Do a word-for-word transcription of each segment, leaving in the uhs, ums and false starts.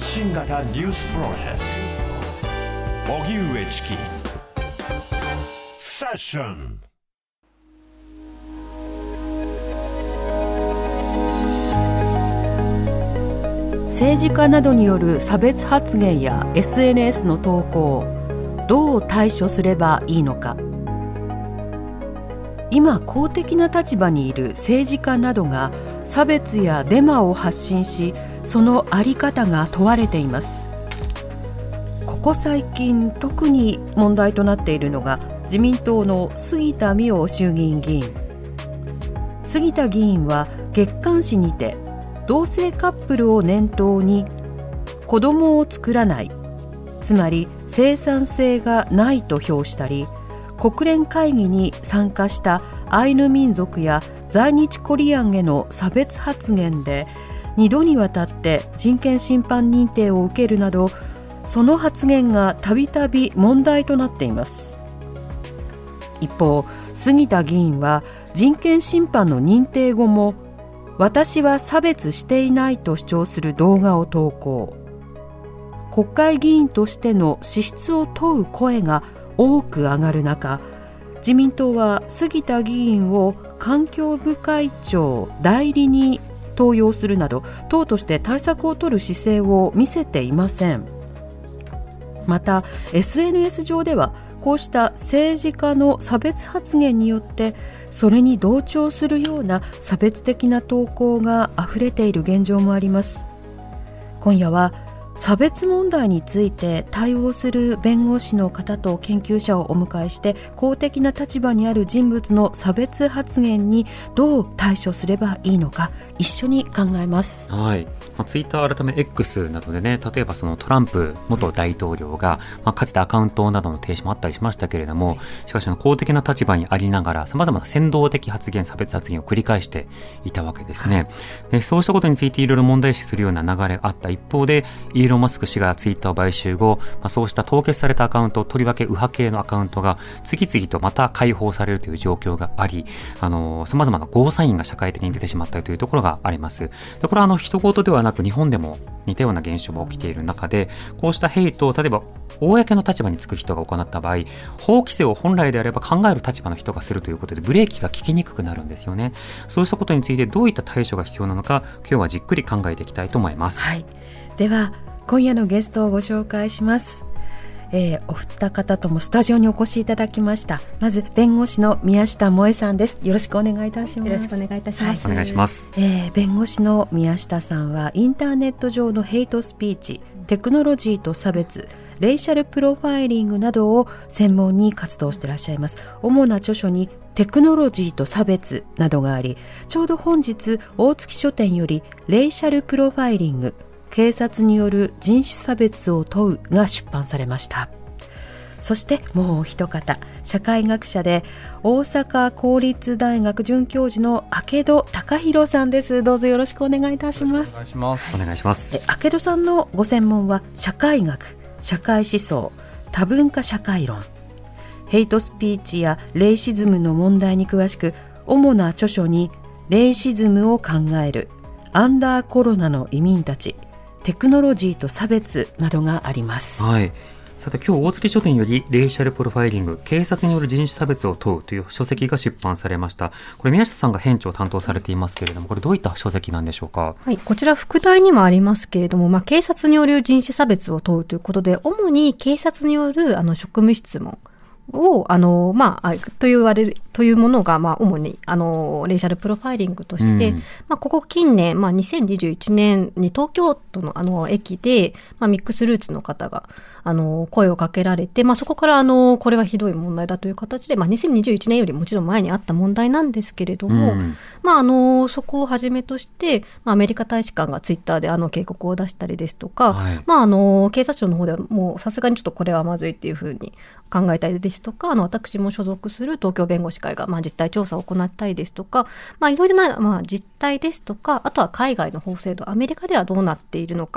発信型ニュースプロジェクト荻上チキセッション。 政治家などによる差別発言や エスエヌエス の投稿、どう対処すればいいのか。今公的な立場にいる政治家などが差別やデマを発信し、その在り方が問われています。ここ最近特に問題となっているのが自民党の杉田水脈衆議院議員。杉田議員は月刊誌にて同性カップルを念頭に子供を作らない、つまり生産性がないと評したり、国連会議に参加したアイヌ民族や在日コリアンへの差別発言でにどにわたって人権侵犯認定を受けるなど、その発言がたびたび問題となっています。一方、杉田議員は人権侵犯の認定後も私は差別していないと主張する動画を投稿。国会議員としての資質を問う声が多く上がる中、自民党は杉田議員を環境部会長代理に登用するなど、党として対策を取る姿勢を見せていません。また エスエヌエス 上ではこうした政治家の差別発言によってそれに同調するような差別的な投稿があふれている現状もあります。今夜は差別問題について対応する弁護士の方と研究者をお迎えして、公的な立場にある人物の差別発言にどう対処すればいいのか一緒に考えます。 はい、まあ、ツイッター改め X などでね、例えばそのトランプ元大統領が、まあ、かつてアカウントなどの停止もあったりしましたけれども、しかし公的な立場にありながらさまざまな扇動的発言、差別発言を繰り返していたわけですね。でそうしたことについていろいろ問題視するような流れがあった一方で、イーロン・マスク氏がツイッターを買収後、まあ、そうした凍結されたアカウント、とりわけ右派系のアカウントが次々とまた解放されるという状況があり、あの様々なゴーサインが社会的に出てしまったというところがあります。でこれはあの一言ではなく日本でも似たような現象が起きている中で、こうしたヘイトを例えば公の立場につく人が行った場合、法規制を本来であれば考える立場の人がするということでブレーキが効きにくくなるんですよね。そうしたことについてどういった対処が必要なのか、今日はじっくり考えていきたいと思います。 はい、では今夜のゲストをご紹介します。えー、お二方ともスタジオにお越しいただきました。まず弁護士の宮下萌さんです。よろしくお願いいたします。 よろしくお願いいたします。 はい、お願いします。 えー、弁護士の宮下さんはインターネット上のヘイトスピーチ、テクノロジーと差別、レイシャルプロファイリングなどを専門に活動していらっしゃいます。主な著書にテクノロジーと差別などがあり、ちょうど本日大月書店よりレイシャルプロファイリング、警察による人種差別を問うが出版されました。そしてもうお一方、社会学者で大阪公立大学准教授の明戸貴弘さんです。どうぞよろしくお願いいたします。 お願いします。お願いします。 え明戸さんのご専門は社会学、社会思想、多文化社会論。ヘイトスピーチやレイシズムの問題に詳しく、主な著書にレイシズムを考える、アンダーコロナの移民たち、テクノロジーと差別などがあります。 はい、さて今日大月書店よりレイシャルプロファイリング、警察による人種差別を問うという書籍が出版されました。これ宮下さんが編著を担当されていますけれども、これどういった書籍なんでしょうか。 はい、こちら副題にもありますけれども、まあ、警察による人種差別を問うということで、主に警察によるあの職務質問をあの、まあ、と言われるというものが、まあ、主にあのレイシャルプロファイリングとして、うん、まあ、ここ近年、まあ、にせんにじゅういちねんに東京都の、あの駅で、まあ、ミックスルーツの方があの声をかけられて、まあ、そこからあのこれはひどい問題だという形で、まあ、にせんにじゅういちねんよりもちろん前にあった問題なんですけれども、うん、まあ、あのそこをはじめとして、まあ、アメリカ大使館がツイッターであの警告を出したりですとか、はい、まあ、あの警察庁の方ではもうさすがにちょっとこれはまずいっていうふうに考えたりですとか、あの私も所属する東京弁護士会が、まあ、実態調査を行ったりですとか、まあ、いろいろな、まあ、実態ですとか、あとは海外の法制度、アメリカではどうなっているのか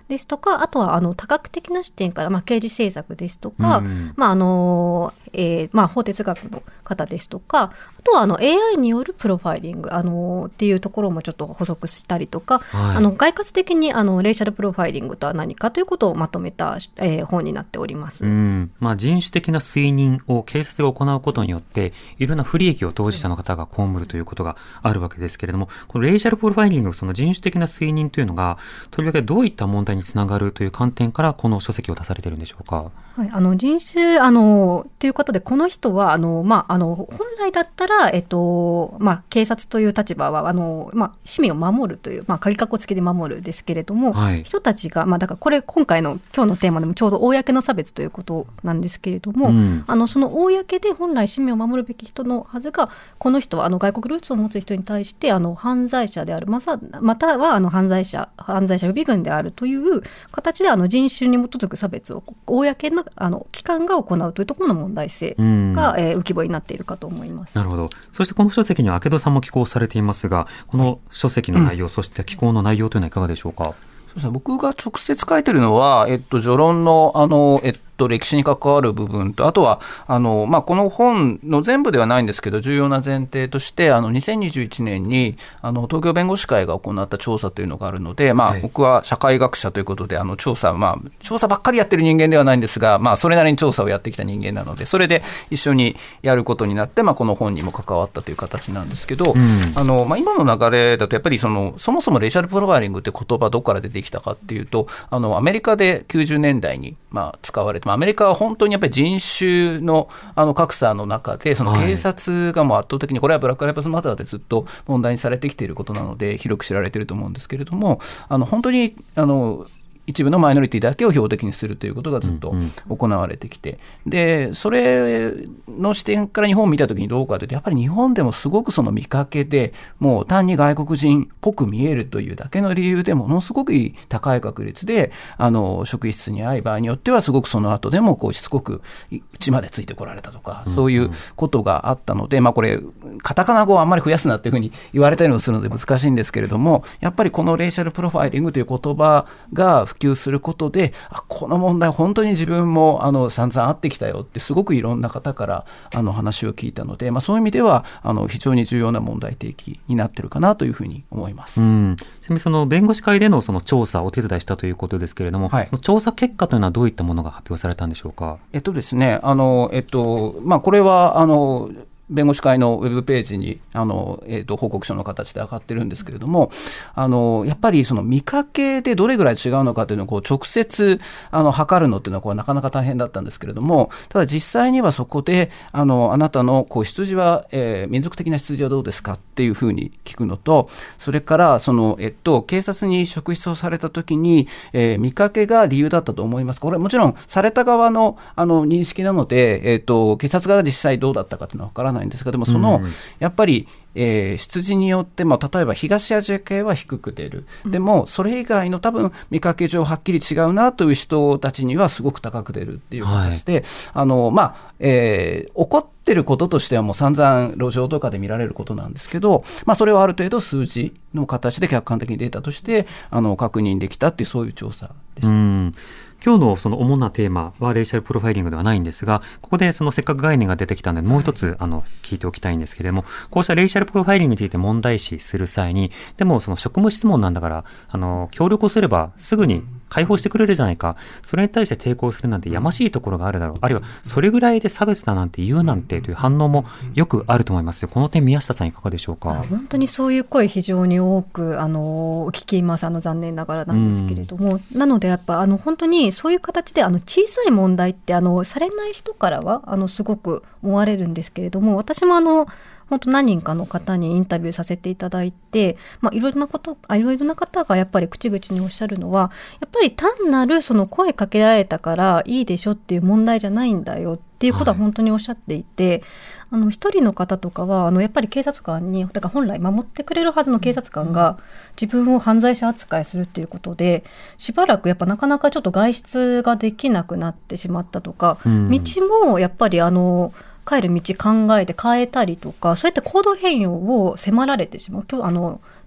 ですとか、あとはあの多角的な視点から、まあ、刑事政策ですとか、 うんまああのえーまあ、法哲学の方ですとか、あとはあの エーアイ によるプロファイリング、あのっていうところもちょっと補足したりとか、 はい、 あの概括的にあのレイシャルプロファイリングとは何かということをまとめた、えー、本になっております。 うんまあ、人種的な推認を警察が行うことによっていろんな不利益を当事者の方が被るということがあるわけですけれども、このレイシャルプロファイリング、その人種的な推認というのがとりわけどういった問題につながるという観点からこの書籍を出されているんでしょうか。 はい、あの人種あのということで、この人はあの、まあ、あの本来だったら、えっとまあ、警察という立場はあの、まあ、市民を守るという、まあ、鍵かっこつけで守るですけれども、はい、人たちが、まあ、だからこれ今回の今日のテーマでもちょうど公の差別ということなんですけれども、うん、あのその公で本来市民を守るべき人のはずが、この人はあの外国ルーツを持つ人に対してあの犯罪者である、また、またはあの犯罪者犯罪者予備軍であるという形であの人種に基づく差別を公のあの機関が行うというところの問題性が、うんえー、浮き彫りになっているかと思います。 なるほど。そしてこの書籍には明戸さんも寄稿されていますが、この書籍の内容、うん、そして寄稿の内容というのはいかがでしょうか。 そうですね、僕が直接書いてるのは、えっと、序論のあの、えっと歴史に関わる部分と、あとはあの、まあ、この本の全部ではないんですけど、重要な前提としてあのにせんにじゅういちねんにあの東京弁護士会が行った調査というのがあるので、まあはい、僕は社会学者ということであの調査、まあ、調査ばっかりやってる人間ではないんですが、まあ、それなりに調査をやってきた人間なので、それで一緒にやることになって、まあ、この本にも関わったという形なんですけど、うんあのまあ、今の流れだとやっぱりそのそもそもレイシャルプロファイリングって言葉どこから出てきたかっていうと、あのアメリカできゅうじゅうねんだいにまあ使われて、まあ、アメリカは本当にやっぱり人種 の, あの格差の中で、その警察がもう圧倒的に、これはブラックライブズマターでずっと問題にされてきていることなので広く知られていると思うんですけれども、あの本当にあの一部のマイノリティだけを標的にするということがずっと行われてきて、うんうん、でそれの視点から日本を見たときにどうかというと、やっぱり日本でもすごくその見かけでもう単に外国人っぽく見えるというだけの理由でものすごく高い確率であの職員室に会い、場合によってはすごくその後でもこうしつこくうちまでついてこられたとか、そういうことがあったので、まあ、これカタカナ語をあんまり増やすなっていうふうに言われたりもするので難しいんですけれども、やっぱりこのレイシャルプロファイリングという言葉が普及することで、あこの問題本当に自分もあの散々会ってきたよってすごくいろんな方からあの話を聞いたので、まあ、そういう意味ではあの非常に重要な問題提起になってるかなというふうに思います。 うん、ちなみにその弁護士会で の, その調査をお手伝いしたということですけれども、はい、その調査結果というのはどういったものが発表されたんでしょうか。 えっとですねあの、えっとまあ、これはあの弁護士会のウェブページにあの、えー、と報告書の形で上がってるんですけれども、あのやっぱりその見かけでどれぐらい違うのかというのをこう直接あの測るのっていうのはこうなかなか大変だったんですけれども、ただ実際にはそこであのあなたのこう出自は、えー、民族的な出自はどうですかっていうふうに聞くのと、それからその、えっと、警察に職質をされたときに、えー、見かけが理由だったと思います。これはもちろんされた側の、あの認識なので、えっと、警察側が実際どうだったかというのは分からないんですが、でもその、うん、やっぱりえー、出自によっても例えば東アジア系は低く出る、でもそれ以外の多分見かけ上はっきり違うなという人たちにはすごく高く出るっていう形で、はい、あのまあえー、怒ってることとしてはもう散々路上とかで見られることなんですけど、まあ、それをある程度数字の形で客観的にデータとしてあの確認できたっていうそういう調査でした。 うん今日のその主なテーマはレイシャルプロファイリングではないんですが、ここでそのせっかく概念が出てきたのでもう一つあの聞いておきたいんですけれども、こうしたレイシャルプロファイリングについて問題視する際に、でもその職務質問なんだからあの協力をすればすぐに解放してくれるじゃないか、それに対して抵抗するなんてやましいところがあるだろう、あるいはそれぐらいで差別だなんて言うなんてという反応もよくあると思います。この点宮下さんいかがでしょうか。 本当にそういう声非常に多くあの聞きます。あの残念ながらなんですけれども、なのでやっぱあの本当にそういう形であの小さい問題ってあのされない人からはあのすごく思われるんですけれども、私もあの本当何人かの方にインタビューさせていただいて、まあ、いろいろなこといろいろな方がやっぱり口々におっしゃるのは、やっぱり単なるその声かけられたからいいでしょっていう問題じゃないんだよっていうことは本当におっしゃっていて、はい、あの一人の方とかはあのやっぱり警察官にだから本来守ってくれるはずの警察官が自分を犯罪者扱いするっていうことで、しばらくやっぱなかなかちょっと外出ができなくなってしまったとか、うん、道もやっぱりあの帰る道考えて変えたりとか、そういった行動変容を迫られてしまう。今日あの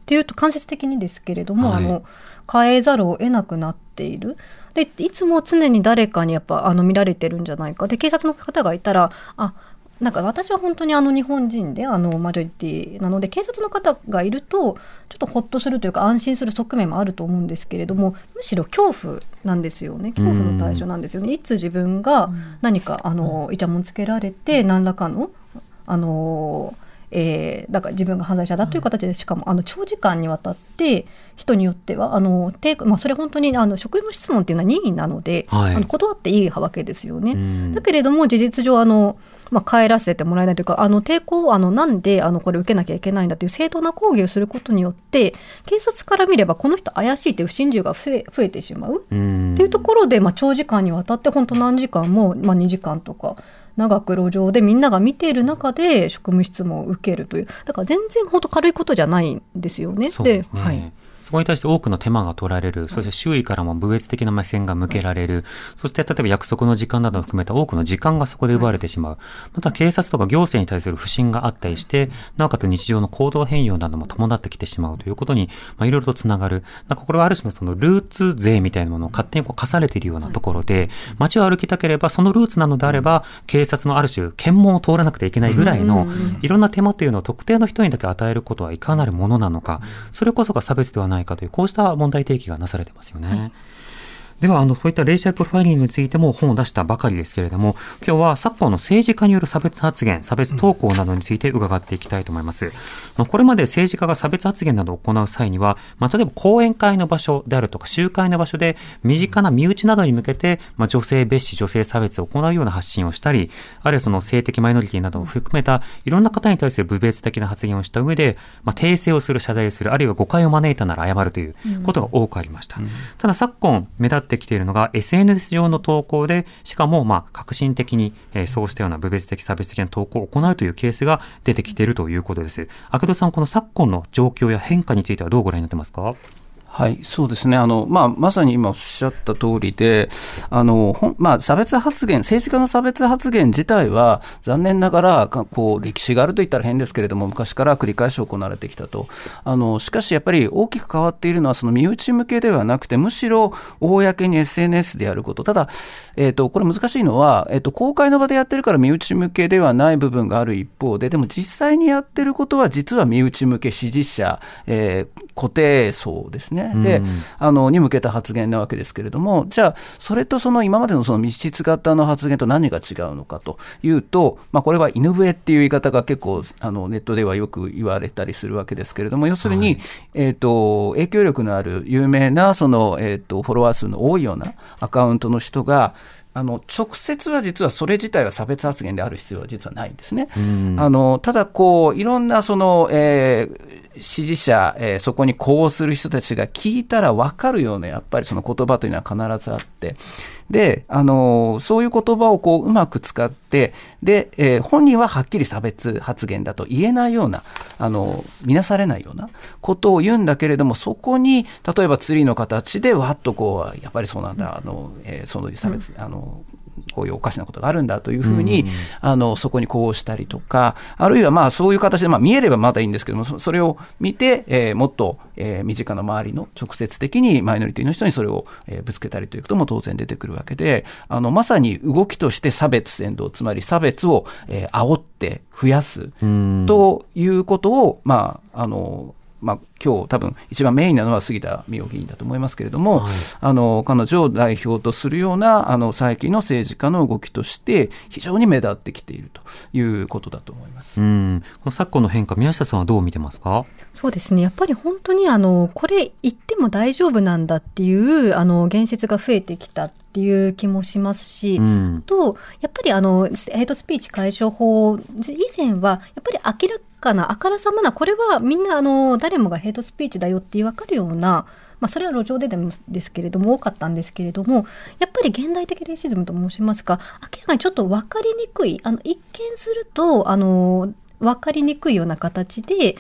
っていうと間接的にですけれども、 はい、 あの変えざるを得なくなっている。でいつも常に誰かにやっぱあの見られてるんじゃないか。で警察の方がいたら、あなんか私は本当にあの日本人であのマジョリティなので、警察の方がいるとちょっとほっとするというか安心する側面もあると思うんですけれども、むしろ恐怖なんですよね。恐怖の対象なんですよね。いつ自分が何かあのイチャモンつけられて何らかのあのえー、だから自分が犯罪者だという形で、しかもあの長時間にわたって人によってはあのテイク、まあ、それ本当にあの職務質問っていうのは任意なので、はい、あの断っていいわけですよね。だけれども事実上あの、まあ、帰らせてもらえないというか、あの抵抗あのなんであのこれ受けなきゃいけないんだという正当な抗議をすることによって警察から見ればこの人怪しいという不信が増え、増えてしまうっていうところで、まあ、長時間にわたって本当何時間も、まあ、にじかんとか長く路上でみんなが見ている中で職務質問を受けるという、だから全然本当軽いことじゃないんですよね。 そうですね。 で、はいそこに対して多くの手間が取られる、そして周囲からも侮蔑的な目線が向けられる、はい、そして例えば約束の時間などを含めた多くの時間がそこで奪われてしまう、はい、また警察とか行政に対する不信があったりして、なおかつ日常の行動変容なども伴ってきてしまうということに、まあ、いろいろとつながる。なんかこれはある種のそのルーツ税みたいなものを勝手にこう課されているようなところで、街を歩きたければそのルーツなのであれば警察のある種検問を通らなくてはいけないぐらいのいろんな手間というのを特定の人にだけ与えることはいかなるものなのか、それこそが差別ではないかという、こうした問題提起がなされてますよね。はい、ではあのそういったレイシャルプロファイリングについても本を出したばかりですけれども、今日は昨今の政治家による差別発言、差別投稿などについて伺っていきたいと思います。まあ、これまで政治家が差別発言などを行う際には、まあ、例えば講演会の場所であるとか集会の場所で身近な身内などに向けて、まあ、女性蔑視、女性差別を行うような発信をしたり、あるいはその性的マイノリティなどを含めたいろんな方に対する侮蔑的な発言をした上で、まあ、訂正をする、謝罪をする、あるいは誤解を招いたなら謝るということが多くありました。うん、ただ昨今目立ってきているのが エスエヌエス 上の投稿で、しかもまあ革新的に、えー、そうしたような侮蔑的差別的な投稿を行うというケースが出てきているということです。阿久戸さん、この昨今の状況や変化についてはどうご覧になってますか？ はい、そうですね。あの、まあ、まさに今おっしゃった通りで、あの、ほん、まあ、差別発言、政治家の差別発言自体は、残念ながら、こう、歴史があると言ったら変ですけれども、昔から繰り返し行われてきたと。あの、しかしやっぱり大きく変わっているのは、その身内向けではなくて、むしろ、公に エスエヌエス でやること。ただ、えっと、これ難しいのは、えっと、公開の場でやってるから身内向けではない部分がある一方で、でも実際にやってることは、実は身内向け、支持者、えー、固定層ですね。で、うん、あのに向けた発言なわけですけれども、じゃあそれとその今までのその密室型の発言と何が違うのかというと、まあ、これは犬笛っていう言い方が結構あのネットではよく言われたりするわけですけれども、要するに、はい、えーと、影響力のある有名なその、えーと、フォロワー数の多いようなアカウントの人があの直接は実はそれ自体は差別発言である必要は実はないんですね。あのただこういろんなその、えー、支持者、えー、そこに呼応する人たちが聞いたら分かるようなやっぱりその言葉というのは必ずあって、であのそういう言葉をこううまく使って、で、えー、本人ははっきり差別発言だと言えないような、あの見なされないようなことを言うんだけれども、そこに例えばツリーの形でわっとこうやっぱりそうなんだ、あの、えー、そういう差別、うん、あのこういうおかしなことがあるんだというふうに、うん、あのそこにこうしたりとか、あるいはまあそういう形で、まあ、見えればまだいいんですけども、そ, それを見て、えー、もっと、えー、身近な周りの直接的にマイノリティの人にそれを、えー、ぶつけたりということも当然出てくるわけで、あのまさに動きとして差別扇動、つまり差別を、えー、煽って増やすということを、まああのまあ、今日多分一番メインなのは杉田水脈議員だと思いますけれども、はい、あの彼女を代表とするようなあの最近の政治家の動きとして非常に目立ってきているということだと思います。 うん、この昨今の変化、宮下さんはどう見てますか？ そうですね、やっぱり本当にあのこれ言っても大丈夫なんだっていうあの言説が増えてきたっていう気もしますし、うん、とやっぱりあのヘイトスピーチ解消法以前はやっぱり明らかなあからさまな、これはみんなあの誰もがヘイトスピーチだよって分かるような、まあ、それは路上ででもですけれども多かったんですけれども、やっぱり現代的レイシズムと申しますか、明らかにちょっと分かりにくい、あの一見するとあの分かりにくいような形で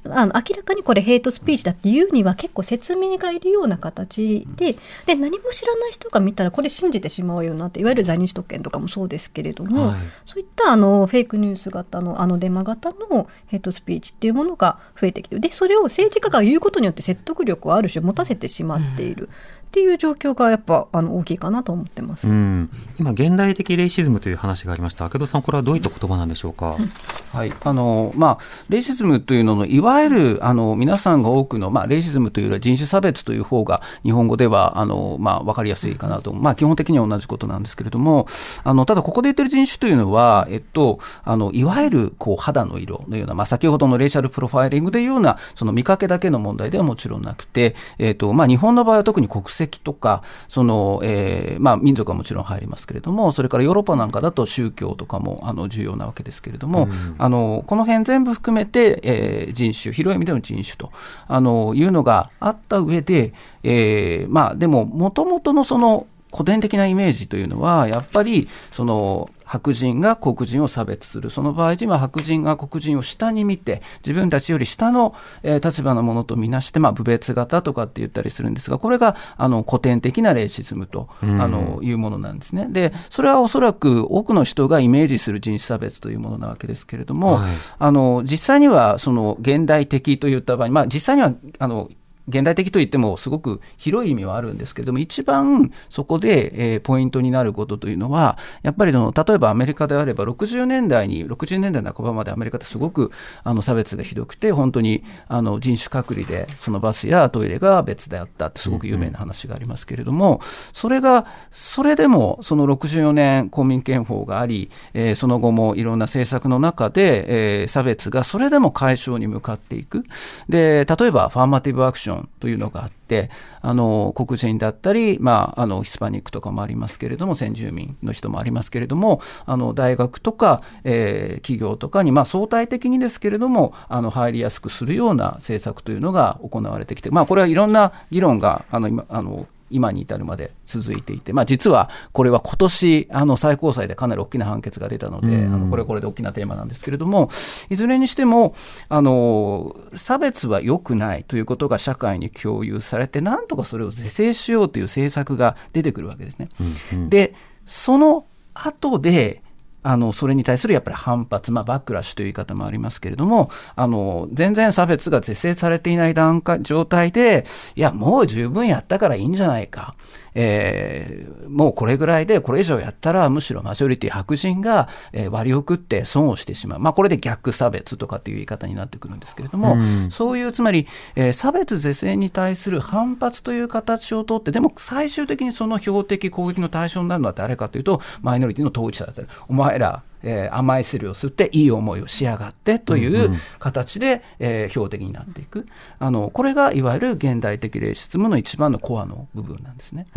あの明らかにこれヘイトスピーチだっていうには結構説明がいるような形で、で何も知らない人が見たらこれ信じてしまうよなって、いわゆる在日特権とかもそうですけれども、はい、そういったあのフェイクニュース型のあのデマ型のヘイトスピーチっていうものが増えてきて、でそれを政治家が言うことによって説得力をある種持たせてしまっている、うんっていう状況がやっぱあの大きいかなと思ってます。 うん、今現代的レイシズムという話がありました。明戸さん、これはどういった言葉なんでしょうか。 はい、あのまあ、レイシズムというののいわゆるあの皆さんが多くの、まあ、レイシズムというよりは人種差別という方が日本語ではあの、まあ、分かりやすいかなと、まあ、基本的には同じことなんですけれども、あのただここで言ってる人種というのは、えっと、あのいわゆるこう肌の色のような、まあ、先ほどのレイシャルプロファイリングというようなその見かけだけの問題ではもちろんなくて、えっとまあ、日本の場合は特に国籍とかその、えーまあ、民族はもちろん入りますけれども、それからヨーロッパなんかだと宗教とかもあの重要なわけですけれども、うん、あのこの辺全部含めて、えー、人種、広い意味での人種とあのいうのがあった上で、えーまあ、でももともとのその古典的なイメージというのはやっぱりその白人が黒人を差別する、その場合には白人が黒人を下に見て自分たちより下の、えー、立場のものとみなして、まあ、侮蔑型とかって言ったりするんですが、これがあの古典的なレイシズムと、うん、あのいうものなんですね。でそれはおそらく多くの人がイメージする人種差別というものなわけですけれども、はい、あの実際にはその現代的といった場合に、まあ、実際にはあの現代的といってもすごく広い意味はあるんですけれども、一番そこで、えー、ポイントになることというのはやっぱりの例えばアメリカであればろくじゅうねんだいにろくじゅうねんだいなかばまでアメリカってすごくあの差別がひどくて、本当にあの人種隔離でそのバスやトイレが別であったってすごく有名な話がありますけれども、それがそれでもそのろくじゅうよねん公民権法があり、えー、その後もいろんな政策の中で、えー、差別がそれでも解消に向かっていく。で例えばファーマティブアクションというのがあって、あの黒人だったり、まあ、あのヒスパニックとかもありますけれども、先住民の人もありますけれども、あの大学とか、えー、企業とかに、まあ、相対的にですけれどもあの入りやすくするような政策というのが行われてきて、まあ、これはいろんな議論があの今あの今に至るまで続いていて、まあ、実はこれは今年あの最高裁でかなり大きな判決が出たので、うん、あのこれはこれで大きなテーマなんですけれども、いずれにしてもあの差別は良くないということが社会に共有されて、なんとかそれを是正しようという政策が出てくるわけですね、うんうん、でその後であのそれに対するやっぱり反発、まあ、バックラッシュという言い方もありますけれども、あの全然差別が是正されていない段階状態で、いやもう十分やったからいいんじゃないか、えー、もうこれぐらいでこれ以上やったらむしろマジョリティ白人が、えー、割を食って損をしてしまう、まあ、これで逆差別とかっていう言い方になってくるんですけれども、うん、そういうつまり、えー、差別是正に対する反発という形をとって、でも最終的にその標的攻撃の対象になるのは誰かというとマイノリティの当事者だったり、お前らえー、甘い汁を吸っていい思いをしやがってという形で、うんうんえー、標的になっていく、あのこれがいわゆる現代的レイシズムの一番のコアの部分なんですね。 うん、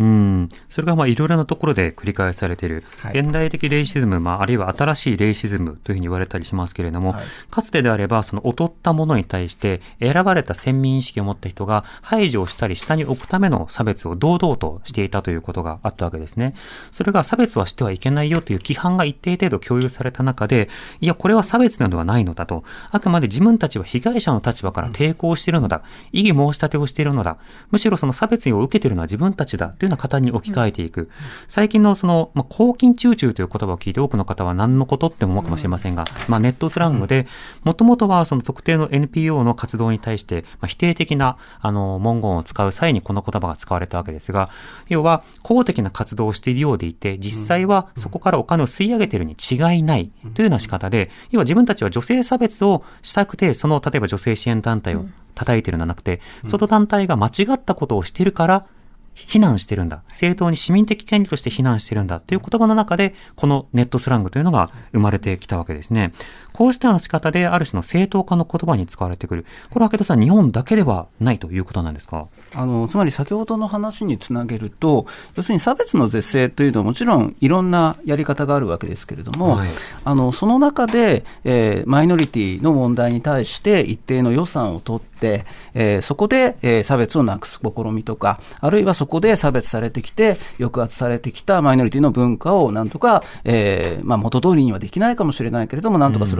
それがまあいろいろなところで繰り返されている、はい、現代的レイシズム、まあ、あるいは新しいレイシズムというふうに言われたりしますけれども、はい、かつてであればその劣ったものに対して選ばれた先民意識を持った人が排除をしたり下に置くための差別を堂々としていたということがあったわけですね。それが差別はしてはいけないよという規範が一定程度共有された中で、いやこれは差別なのではないのだと、あくまで自分たちは被害者の立場から抵抗しているのだ、異議申し立てをしているのだ、むしろその差別を受けているのは自分たちだというような方に置き換えていく。最近のその、まあ、抗菌チューチューという言葉を聞いて多くの方は何のことって思うかもしれませんが、まあ、ネットスラングでもともとはその特定の エヌピーオー の活動に対して、まあ、否定的なあの文言を使う際にこの言葉が使われたわけですが、要は公的な活動をしているようでいて、実際はそこからお金を吸い上げているに違いないというような仕方で、要は自分たちは女性差別をしたくて、その例えば女性支援団体を叩いているのではなくて、その団体が間違ったことをしているから非難してるんだ、正当に市民的権利として非難してるんだという言葉の中で、このネットスラングというのが生まれてきたわけですね。こうしたような仕方である種の正当化の言葉に使われてくる、これは明戸さん、日本だけではないということなんですか。 あのつまり先ほどの話につなげると、要するに差別の是正というのはもちろんいろんなやり方があるわけですけれども、はい、あのその中で、えー、マイノリティの問題に対して一定の予算を取って、えー、そこで、えー、差別をなくす試みとか、あるいはそこで差別されてきて抑圧されてきたマイノリティの文化をなんとか、えーまあ、元通りにはできないかもしれないけれどもなんとかそれを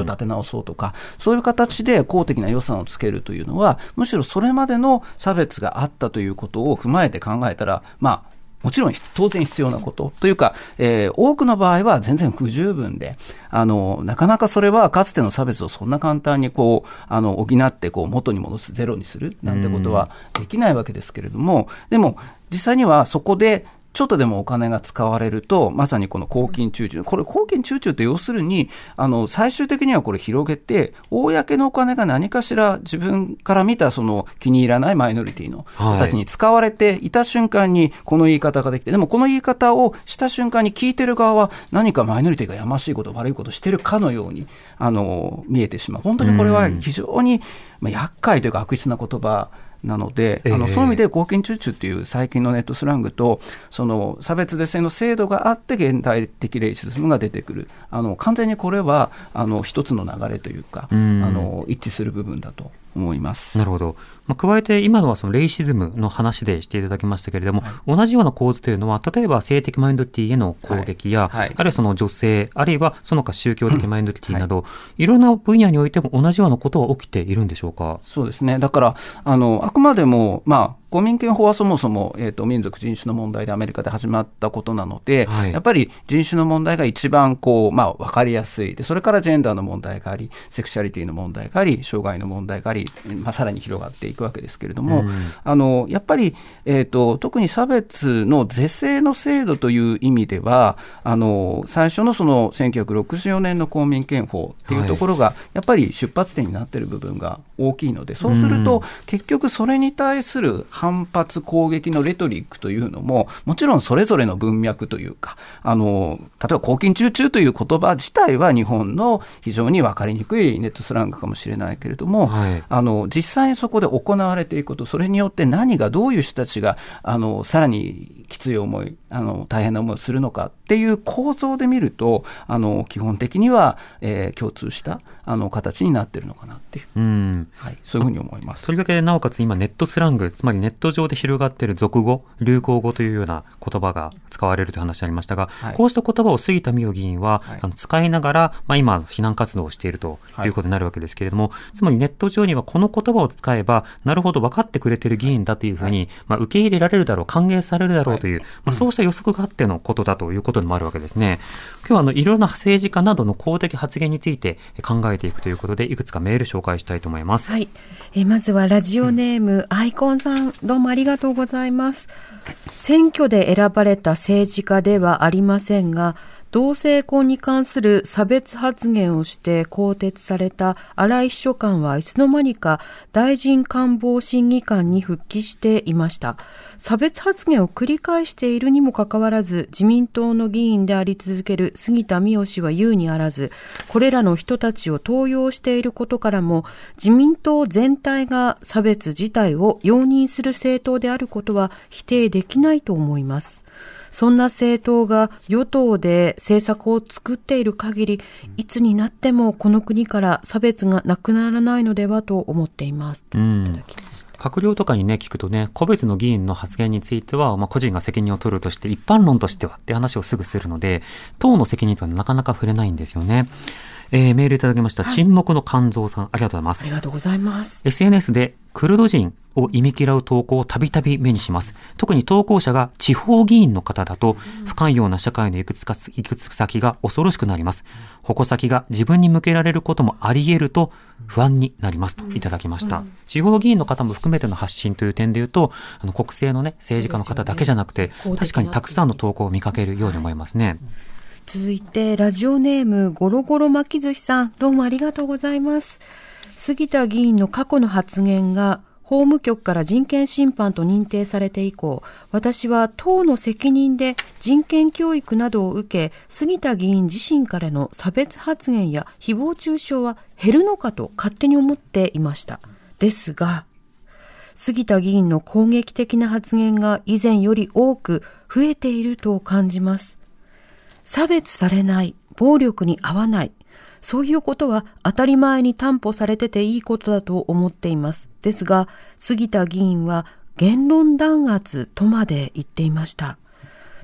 立て直そうとか、そういう形で公的な予算をつけるというのは、むしろそれまでの差別があったということを踏まえて考えたら、まあもちろん当然必要なことというか、えー、多くの場合は全然不十分で、あのなかなかそれはかつての差別をそんな簡単にこうあの補ってこう元に戻す、ゼロにするなんてことはできないわけですけれども、でも実際にはそこでちょっとでもお金が使われると、まさにこの公金賑収、これ公金賑収って要するにあの最終的にはこれ広げて、公のお金が何かしら自分から見たその気に入らないマイノリティの人たちに使われていた瞬間にこの言い方ができて、でもこの言い方をした瞬間に聞いてる側は何かマイノリティがやましいこと悪いことしてるかのようにあの見えてしまう。本当にこれは非常に、まあ、厄介というか悪質な言葉なので、あのそういう意味で公金賑収という最近のネットスラングとその差別是正の制度があって現代的レイシズムが出てくる、あの完全にこれはあの一つの流れというか、うん、あの一致する部分だと思います。 なるほど。まあ、加えて今のはそのレイシズムの話でしていただきましたけれども、はい、同じような構図というのは例えば性的マイノリティへの攻撃や、はいはい、あるいはその女性、あるいはその他宗教的マイノリティなど、うんはい、いろんな分野においても同じようなことは起きているんでしょうか。 そうですね。だからあのあくまでも、まあ公民権法はそもそも、えーと、民族人種の問題でアメリカで始まったことなので、はい、やっぱり人種の問題が一番こう、まあ、分かりやすいで、それからジェンダーの問題があり、セクシャリティの問題があり、障害の問題があり、まあ、さらに広がっていくわけですけれども、うん、あのやっぱり、えーと、特に差別の是正の制度という意味では、あの最初のそのせんきゅうひゃくろくじゅうよねんの公民権法っていうところが、はい、やっぱり出発点になっている部分が大きいので、そうすると、うん、結局それに対する反発攻撃のレトリックというのももちろんそれぞれの文脈というか、あの例えば公金賑収という言葉自体は日本の非常に分かりにくいネットスラングかもしれないけれども、はい、あの実際にそこで行われていくこと、それによって何がどういう人たちがあのさらにきつい思い、あの大変な思いをするのかっていう構造で見ると、あの基本的には、えー、共通したあの形になっているのかなっていう、うんはい、そういうふうに思います。 とりわけなおかつ今ネットスラング、つまりネット上で広がっている俗語、流行語というような言葉が使われるという話ありましたが、はい、こうした言葉を杉田水脈議員は、はい、あの使いながら、まあ、今非難活動をしているということになるわけですけれども、はい、つまりネット上にはこの言葉を使えばなるほど分かってくれている議員だというふうに、はいまあ、受け入れられるだろう、歓迎されるだろうという、はいまあ、そうした予測があってのことだということにもあるわけですね。今日はあのいろいろな政治家などの公的発言について考えていくということで、いくつかメール紹介したいと思います。 はい、えまずはラジオネーム、うん、アイコンさん、どうもありがとうございます。選挙で選ばれた政治家ではありませんが、同性婚に関する差別発言をして更迭された荒井秘書官はいつの間にか大臣官房審議官に復帰していました。差別発言を繰り返しているにもかかわらず、自民党の議員であり続ける杉田水脈氏は言うにあらず、これらの人たちを登用していることからも、自民党全体が差別自体を容認する政党であることは否定できないと思います。そんな政党が与党で政策を作っている限り、いつになってもこの国から差別がなくならないのではと思っています。といただきました。 閣僚とかにね聞くとね、個別の議員の発言については、まあ、個人が責任を取るとして、一般論としてはって話をすぐするので、党の責任とはなかなか触れないんですよね。えー、メールいただきました、はい、沈黙の肝臓さん、ありがとうございます。 ありがとうございます。 エスエヌエス でクルド人を忌み嫌う投稿をたびたび目にします。特に投稿者が地方議員の方だと、不寛容な社会の行くつか行くつ先が恐ろしくなります。矛先が自分に向けられることもあり得ると不安になります、といただきました、うん、地方議員の方も含めての発信という点でいうと、あの国政のね政治家の方だけじゃなくて、ね、確かにたくさんの投稿を見かけるように思いますね、はい。 続いてラジオネームゴロゴロ巻き寿司さん、どうもありがとうございます。杉田議員の過去の発言が法務局から人権侵犯と認定されて以降、私は党の責任で人権教育などを受け、杉田議員自身からの差別発言や誹謗中傷は減るのかと勝手に思っていました。ですが、杉田議員の攻撃的な発言が以前より多く増えていると感じます。差別されない、暴力に遭わない、そういうことは当たり前に担保されてていいことだと思っています。ですが、杉田議員は言論弾圧とまで言っていました。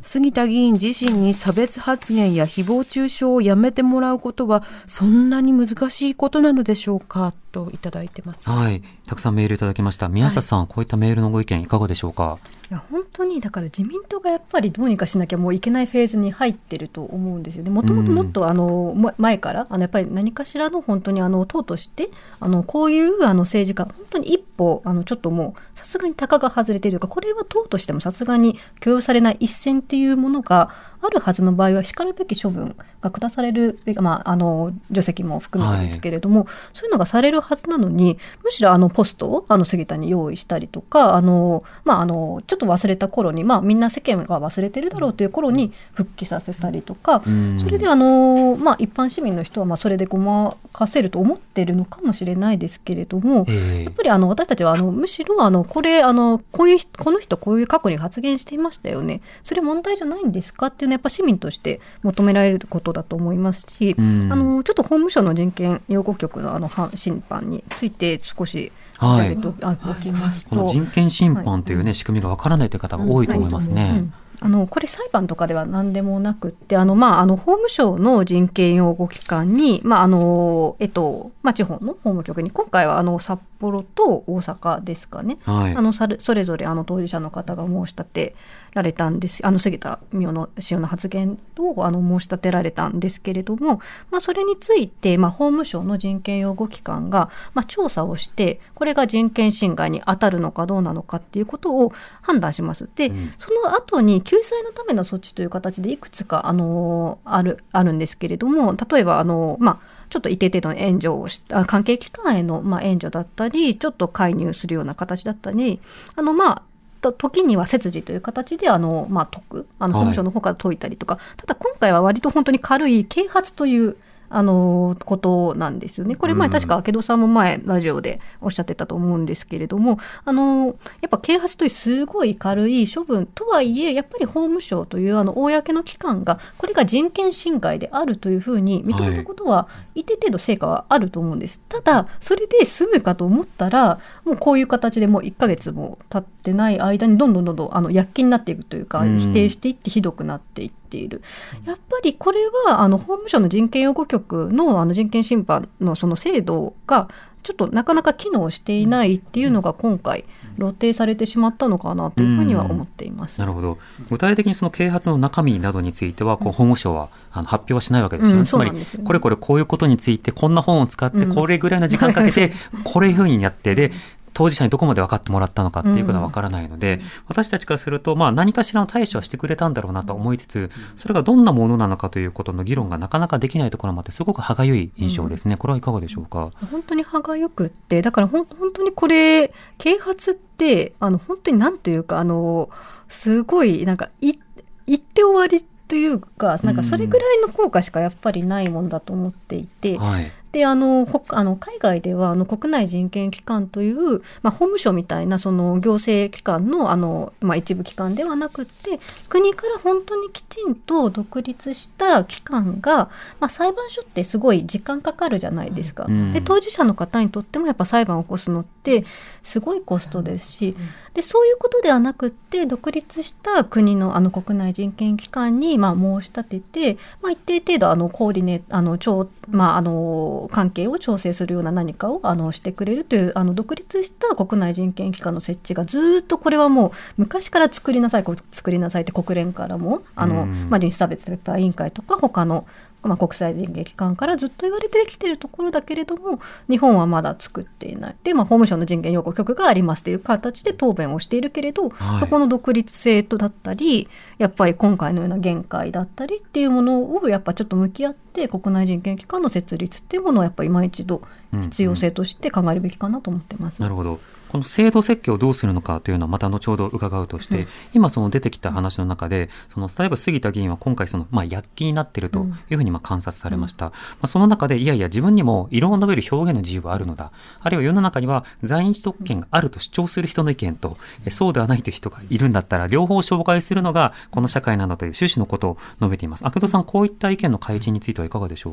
杉田議員自身に差別発言や誹謗中傷をやめてもらうことはそんなに難しいことなのでしょうかといただいてます。 はい、たくさんメールいただきました。宮下さん、はい、こういったメールのご意見いかがでしょうか。 いや本当にだから自民党がやっぱりどうにかしなきゃもういけないフェーズに入ってると思うんですよね。もともともっとあの前からあのやっぱり何かしらの本当にあの党としてあのこういうあの政治家本当に一歩あのちょっともうさすがに高が外れているというか、これは党としてもさすがに許容されない一線っていうものがあるはずの場合はしかるべき処分が下される、まあ、あの除籍も含めてですけれども、はい、そういうのがされるはずなのに、むしろあのポストをあの杉田に用意したりとか、あの、まあ、あのちょっと忘れた頃に、まあ、みんな世間が忘れてるだろうという頃に復帰させたりとか、うん、それであの、まあ、一般市民の人はまあそれでごまかせると思ってるのかもしれないですけれども、えー、やっぱりあの私たちはあのむしろあのこれあのこういうこの人こういう過去に発言していましたよね、それ問題じゃないんですかっていうのはやっぱ市民として求められることだと思いますし、うん、あのちょっと法務省の人権擁護局のあの審判について少し申し上げておきますと、 はい、この人権審判という、ねはい、仕組みがわからないという方が多いと思いますね。 うんはいうんあのこれ裁判とかでは何でもなくってあの、まあ、あの法務省の人権擁護機関に、まああのえっとまあ、地方の法務局に今回はあの札幌と大阪ですかね、はい、あのそれぞれあの当事者の方が申し立てられたんです。あの杉田水脈の使用の発言をあの申し立てられたんですけれども、まあ、それについて、まあ、法務省の人権擁護機関が、まあ、調査をしてこれが人権侵害に当たるのかどうなのかっていうことを判断します。で、うん、その後に救済のための措置という形でいくつかあのある、あるんですけれども、例えばあの、まあちょっと一定程度の援助をした関係機関へのまあ援助だったりちょっと介入するような形だったり、あのまあ時には切除という形であの、まあ、解くあの法務省の方から解いたりとか、はい、ただ今回は割と本当に軽い啓発というあのことなんですよね。これ前確か明戸さんも前ラジオでおっしゃってたと思うんですけれども、あのやっぱ啓発というすごい軽い処分とはいえやっぱり法務省というあの公の機関がこれが人権侵害であるというふうに認めたことは一定程度成果はあると思うんです。ただそれで済むかと思ったらもうこういう形でもういっかげつも経ってない間にどんどんどんどんあの躍起になっていくというか否定していってひどくなっていっている。やっぱりこれはあの法務省の人権擁護局 の, あの人権審判 の, その制度がちょっとなかなか機能していないっていうのが今回露呈されてしまったのかなというふうには思っています。 なるほど。具体的にその啓発の中身などについてはこう法務省はあの発表はしないわけですよね、うん、つまりこれこれこういうことについてこんな本を使ってこれぐらいの時間かけてこれいうふうにやってで当事者にどこまで分かってもらったのかっていうことは分からないので、うん、私たちからすると、まあ、何かしらの対処はしてくれたんだろうなと思いつつ、それがどんなものなのかということの議論がなかなかできないところもあってすごく歯がゆい印象ですね、うん、これはいかがでしょうか。 本当に歯がゆくってだからほん本当にこれ啓発ってあの本当に何というかあのすごいなんかい言って終わりというかなんかそれぐらいの効果しかやっぱりないもんだと思っていて、うんはいであのあの海外ではあの国内人権機関という、まあ、法務省みたいなその行政機関 の, あの、まあ、一部機関ではなくて国から本当にきちんと独立した機関が、まあ、裁判所ってすごい時間かかるじゃないですか、うん、で当事者の方にとってもやっぱ裁判を起こすのってすごいコストですし、でそういうことではなくって独立した国 の, あの国内人権機関にまあ申し立てて、まあ、一定程度あのコーディネあの超、まあ、あの関係を調整するような何かをあのしてくれるというあの独立した国内人権機関の設置がずっとこれはもう昔から作りなさい作りなさいって国連からもあの、まあ、人種差別特別委員会とか他のまあ、国際人権機関からずっと言われてきているところだけれども日本はまだ作っていないで、まあ、法務省の人権擁護局がありますという形で答弁をしているけれど、はい、そこの独立性とだったりやっぱり今回のような限界だったりっていうものをやっぱちょっと向き合って国内人権機関の設立っていうものをやっぱり今一度必要性として考えるべきかなと思ってます、 うんうん、なるほど。この制度設計をどうするのかというのはまた後ほど伺うとして、うん、今その出てきた話の中でその例えば杉田議員は今回その、まあ、躍起になっているというふうにまあ観察されました、うんまあ、その中でいやいや自分にも異論を述べる表現の自由はあるのだ、あるいは世の中には在日特権があると主張する人の意見と、うん、そうではないという人がいるんだったら両方紹介するのがこの社会なんだという趣旨のことを述べています。明戸さんこういった意見の開示についてはいかがでしょうか。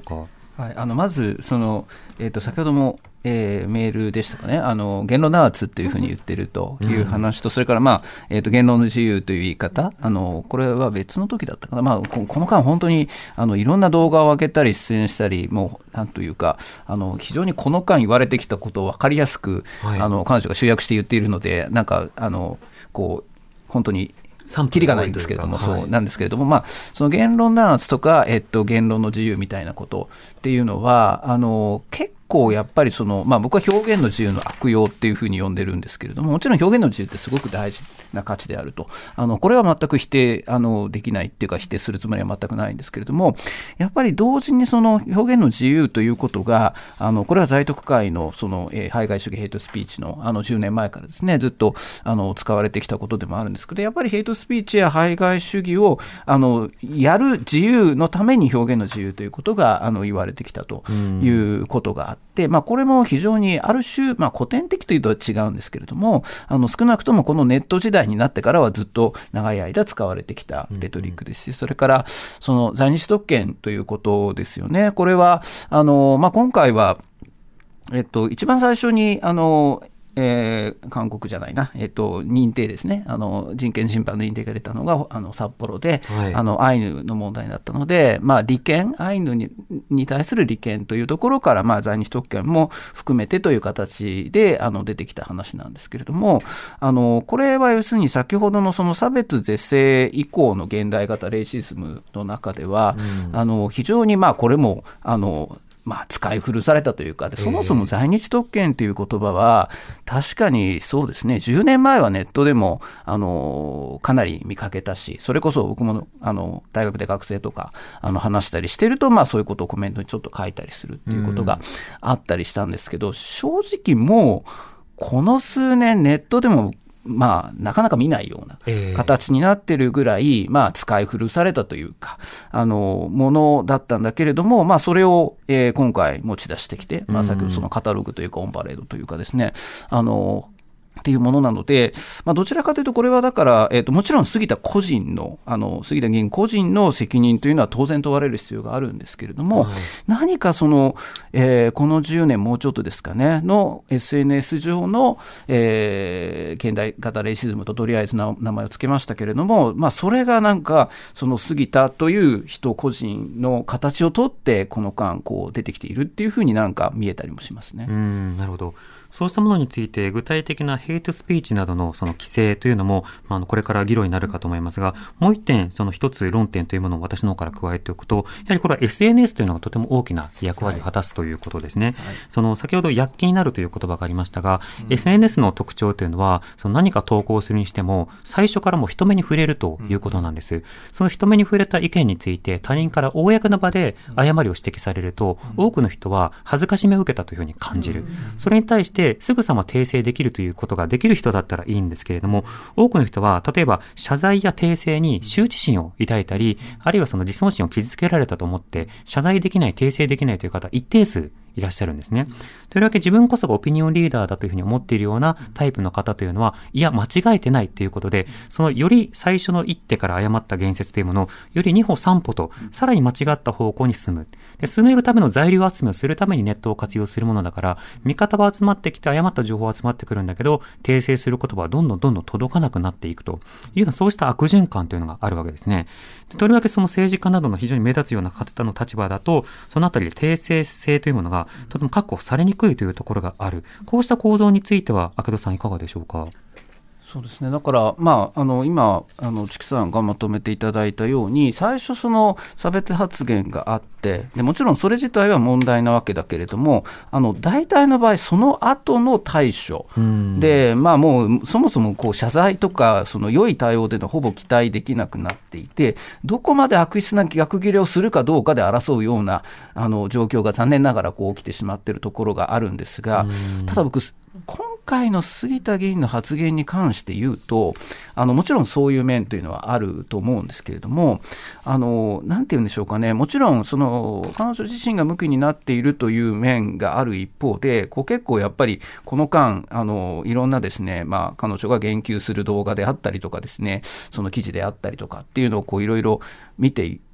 はい、あのまずその、えー、と先ほども、えー、メールでしたかね、あの言論弾圧というふうに言ってるという話と、それから、まあえー、と言論の自由という言い方、あのこれは別の時だったかな、まあ、こ, この間本当にあのいろんな動画を上げたり出演したり、もうなんというか、あの非常にこの間言われてきたことを分かりやすく、はい、あの彼女が集約して言っているので、なんかあのこう本当にキリがないんですけれども、そうなんですけれども、まあ、その言論弾圧とか、えっと、言論の自由みたいなことっていうのは、あの結構やっぱりその、まあ、僕は表現の自由の悪用っていうふうに呼んでるんですけれども、もちろん表現の自由ってすごく大事な価値であると、あのこれは全く否定あのできないっていうか、否定するつもりは全くないんですけれども、やっぱり同時にその表現の自由ということが、あのこれは在特会のその、えー、排外主義ヘイトスピーチのあのじゅうねんまえからですね、ずっとあの使われてきたことでもあるんですけど、やっぱりヘイトスピーチや排外主義をあのやる自由のために表現の自由ということがあの言われてきたということがあって、まあ、これも非常にある種、まあ、古典的というとは違うんですけれども、あの少なくともこのネット時代になってからはずっと長い間使われてきたレトリックですし、それからその在日特権ということですよね。これはあの、まあ、今回は、えっと、一番最初にあのえー、韓国じゃないな、えっと、認定ですね、あの人権侵犯の認定が出たのがあの札幌で、はい、あのアイヌの問題だったので、まあ、利権、アイヌ に, に対する利権というところから、まあ、在日特権も含めてという形であの出てきた話なんですけれども、あのこれは要するに先ほどのその差別是正以降の現代型レイシズムの中では、うん、あの非常にまあこれもあのまあ、使い古されたというか、でそもそも在日特権という言葉は確かにそうですね、じゅうねんまえはネットでもあのかなり見かけたし、それこそ僕もあの大学で学生とかあの話したりしてると、まあ、そういうことをコメントにちょっと書いたりするっていうことがあったりしたんですけど、正直もうこの数年ネットでもまあ、なかなか見ないような形になってるぐらい、えーまあ、使い古されたというかあのものだったんだけれども、まあ、それを、えー、今回持ち出してきて、まあ、先ほどそのカタログというかオンパレードというかですね、あのっていうものなので、まあ、どちらかというとこれはだから、えーと、もちろん杉田個人の、あの杉田議員個人の責任というのは当然問われる必要があるんですけれども、はい、何かその、えー、このじゅうねんもうちょっとですかねの エスエヌエス 上の、えー、現代型レイシズムととりあえず名前を付けましたけれども、まあ、それがなんかその杉田という人個人の形をとってこの間こう出てきているっていうふうになんか見えたりもしますね。 うん、なるほど。そうしたものについて具体的なヘイトスピーチなどのその規制というのも、まあ、これから議論になるかと思いますが、もう一点その一つ論点というものを私の方から加えておくと、やはりこれは エスエヌエス というのがとても大きな役割を果たすということですね。はいはい、その先ほど躍起になるという言葉がありましたが、うん、エスエヌエス の特徴というのはその何か投稿するにしても最初からもう人目に触れるということなんです。うん、その人目に触れた意見について他人から公の場で誤りを指摘されると、うん、多くの人は恥ずかしめを受けたというふうに感じる。うん、それに対してすぐさま訂正できるということができる人だったらいいんですけれども、多くの人は例えば謝罪や訂正に羞恥心を抱いたり、あるいはその自尊心を傷つけられたと思って謝罪できない、訂正できないという方一定数いらっしゃるんですね。というわけで自分こそがオピニオンリーダーだというふうに思っているようなタイプの方というのは、いや間違えてないということで、そのより最初の一手から誤った言説というものをよりに歩三歩とさらに間違った方向に進む。で進めるための材料集めをするためにネットを活用するものだから、味方は集まってきて誤った情報は集まってくるんだけど、訂正する言葉はどんどんどんどん届かなくなっていくというような、そうした悪循環というのがあるわけですね。でとりわけその政治家などの非常に目立つような方の立場だと、そのあたりで訂正性というものがとても確保されにくいというところがある。こうした構造については明戸さんいかがでしょうか。 そうですね、だから、まあ、あの今あのチキさんがまとめていただいたように、最初その差別発言があって、でもちろんそれ自体は問題なわけだけれども、あの大体の場合その後の対処で、まあ、もうそもそもこう謝罪とかその良い対応でのほぼ期待できなくなっていて、どこまで悪質な逆ギレをするかどうかで争うようなあの状況が残念ながらこう起きてしまっているところがあるんですが、ただ僕今回の杉田議員の発言に関して言うと、あのもちろんそういう面というのはあると思うんですけれども、あのなんて言うんでしょうかね、もちろんその彼女自身が無気になっているという面がある一方で、こう結構やっぱりこの間あのいろんなですね、まあ、彼女が言及する動画であったりとかですね、その記事であったりとかっていうのをこういろいろ見てい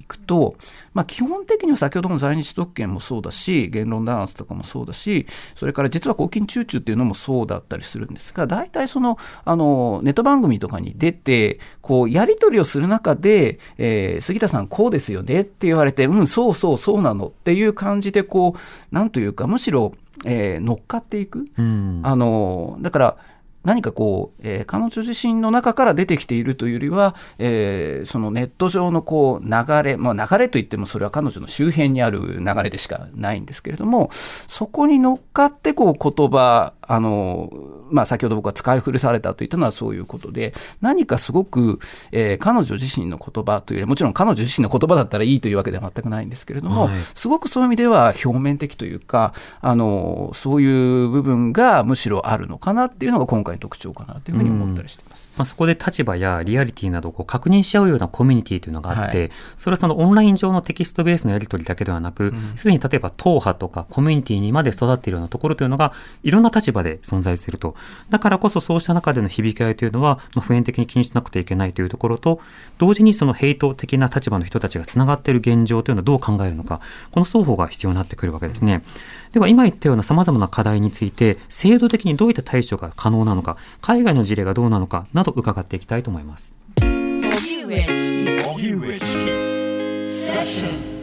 くと、まあ、基本的には先ほどの在日特権もそうだし、言論弾圧とかもそうだし、それから実は公金中中っていうのもそうだったりするんですが、大体そのあのネット番組とかに出てこうやり取りをする中で、えー、杉田さんこうですよねって言われて、うんそうそうそうなのっていう感じでこうなんというか、むしろ、えー、乗っかっていく、うん、あのだから何かこう、えー、彼女自身の中から出てきているというよりは、えー、そのネット上のこう流れ、まあ、流れといってもそれは彼女の周辺にある流れでしかないんですけれども、そこに乗っかってこう言葉、あの、まあ、先ほど僕は使い古されたと言ったのはそういうことで、何かすごく、えー、彼女自身の言葉というより、もちろん彼女自身の言葉だったらいいというわけでは全くないんですけれども、はい、すごくそういう意味では表面的というか、あのそういう部分がむしろあるのかなっていうのが今回特徴かなというふうに思ったりしています。 まあ、そこで立場やリアリティなどをこう確認し合うようなコミュニティというのがあって、はい、それはそのオンライン上のテキストベースのやり取りだけではなく、すで、うん、に例えば党派とかコミュニティにまで育っているようなところというのがいろんな立場で存在すると。だからこそそうした中での響き合いというのは、まあ、普遍的に気にしなくてはいけないというところと、同時にそのヘイト的な立場の人たちがつながっている現状というのはどう考えるのか、この双方が必要になってくるわけですね。では今言ったような様々な課題について制度的にどういった対処が可能なのか、海外の事例がどうなのかなど伺っていきたいと思います。荻上チキセッション。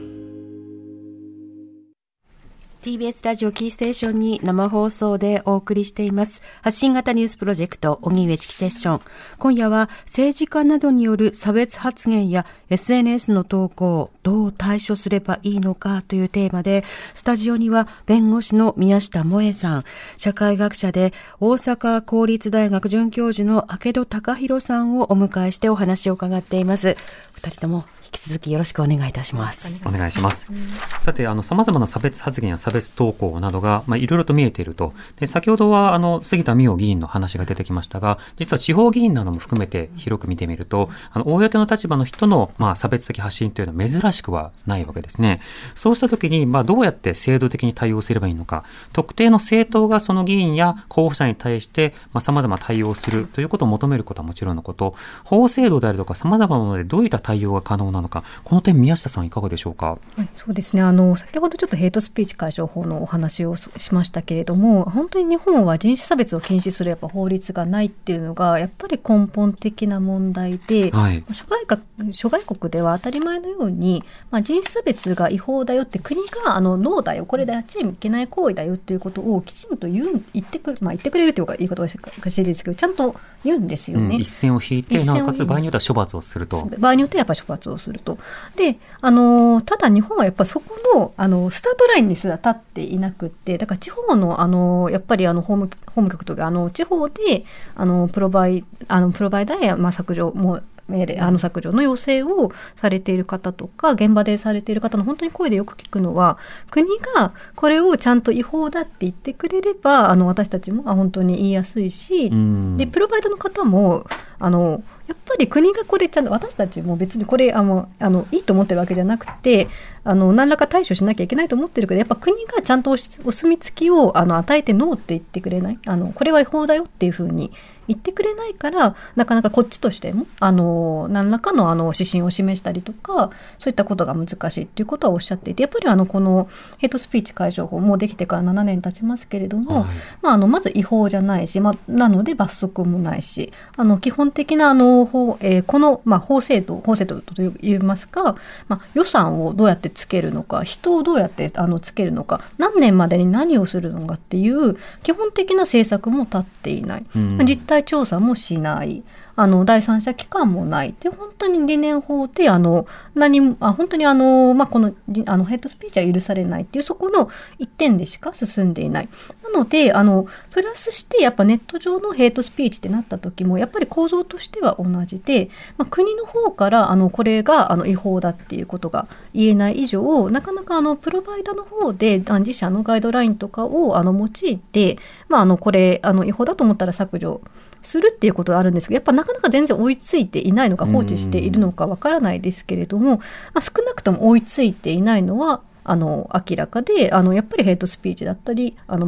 ティービーエス ラジオキーステーションに生放送でお送りしています発信型ニュースプロジェクト荻上チキセッション。今夜は政治家などによる差別発言や エスエヌエス の投稿をどう対処すればいいのかというテーマで、スタジオには弁護士の宮下萌さん、社会学者で大阪公立大学准教授の明戸隆弘さんをお迎えしてお話を伺っています。二人とも引き続きよろしくお願いいたします。 お願いします。さて、あの様々な差別発言や差別投稿などがまあいろいろと見えていると。で、先ほどはあの杉田水脈議員の話が出てきましたが、実は地方議員なども含めて広く見てみると、あの公の立場の人のまあ差別的発信というのは珍しくはないわけですね。そうしたときにまあどうやって制度的に対応すればいいのか、特定の政党がその議員や候補者に対してまあ様々対応するということを求めることはもちろんのこと、法制度であるとか様々なものでどういった対応が可能なのか、この点宮下さんいかがでしょうか。 はい、そうですね、あの先ほどちょっとヘイトスピーチ解消法のお話をしましたけれども、本当に日本は人種差別を禁止するやっぱ法律がないっていうのがやっぱり根本的な問題で、はい、諸外国、諸外国では当たり前のように、まあ、人種差別が違法だよって国があのノーだよ、これでやっちゃいけない行為だよっていうことをきちんと言う言ってくる、まあ、言ってくれるというか言い方がおかしいですけど、ちゃんと言うんですよね、 うん、一線を引いて、なおかつ場合によっては処罰をすると、 場合によってはやっぱり処罰をすると。で、あのただ日本はやっぱりそこの、あのスタートラインにすら立っていなくって、だから地方の、あのやっぱりあの法務、法務局とかあの地方であのプロバイあのプロバイダーや、まあ、削除も命令あの削除の要請をされている方とか現場でされている方の本当に声でよく聞くのは、国がこれをちゃんと違法だって言ってくれればあの私たちも本当に言いやすいし、でプロバイダーの方もあのやっぱり国がこれちゃんと、私たちも別にこれあのあのいいと思ってるわけじゃなくて、あの何らか対処しなきゃいけないと思ってるけど、やっぱ国がちゃんとお墨付きをあの与えてノーって言ってくれない、あのこれは違法だよっていうふうに言ってくれないから、なかなかこっちとしてもあの何らかのあの指針を示したりとか、そういったことが難しいっていうことはおっしゃっていて、やっぱりあのこのヘイトスピーチ解消法もうできてからななねん経ちますけれども、はい、まあ、あのまず違法じゃないし、まあ、なので罰則もないし、あの基本的なあの法、えー、この、まあ、法制度法制度といいますか、まあ、予算をどうやってつけるのか、人をどうやってあのつけるのか、何年までに何をするのかっていう基本的な政策も立っていない、うん、実態調査もしない、あの第三者機関もないっていう、本当に理念法であの何もあ本当にあの、まあ、このあのヘイトスピーチは許されないっていう、そこの一点でしか進んでいない。なのであのプラスしてやっぱネット上のヘイトスピーチってなった時もやっぱり構造としては同じで、まあ、国の方からあのこれがあの違法だっていうことが言えない以上、なかなかあのプロバイダーの方で自社のガイドラインとかをあの用いて、まあ、あのこれあの違法だと思ったら削除するっていうことがあるんですけど、やっぱなかなか全然追いついていないのか放置しているのかわからないですけれども、まあ、少なくとも追いついていないのはあの明らかで、あのやっぱりヘイトスピーチだったり、あのまあ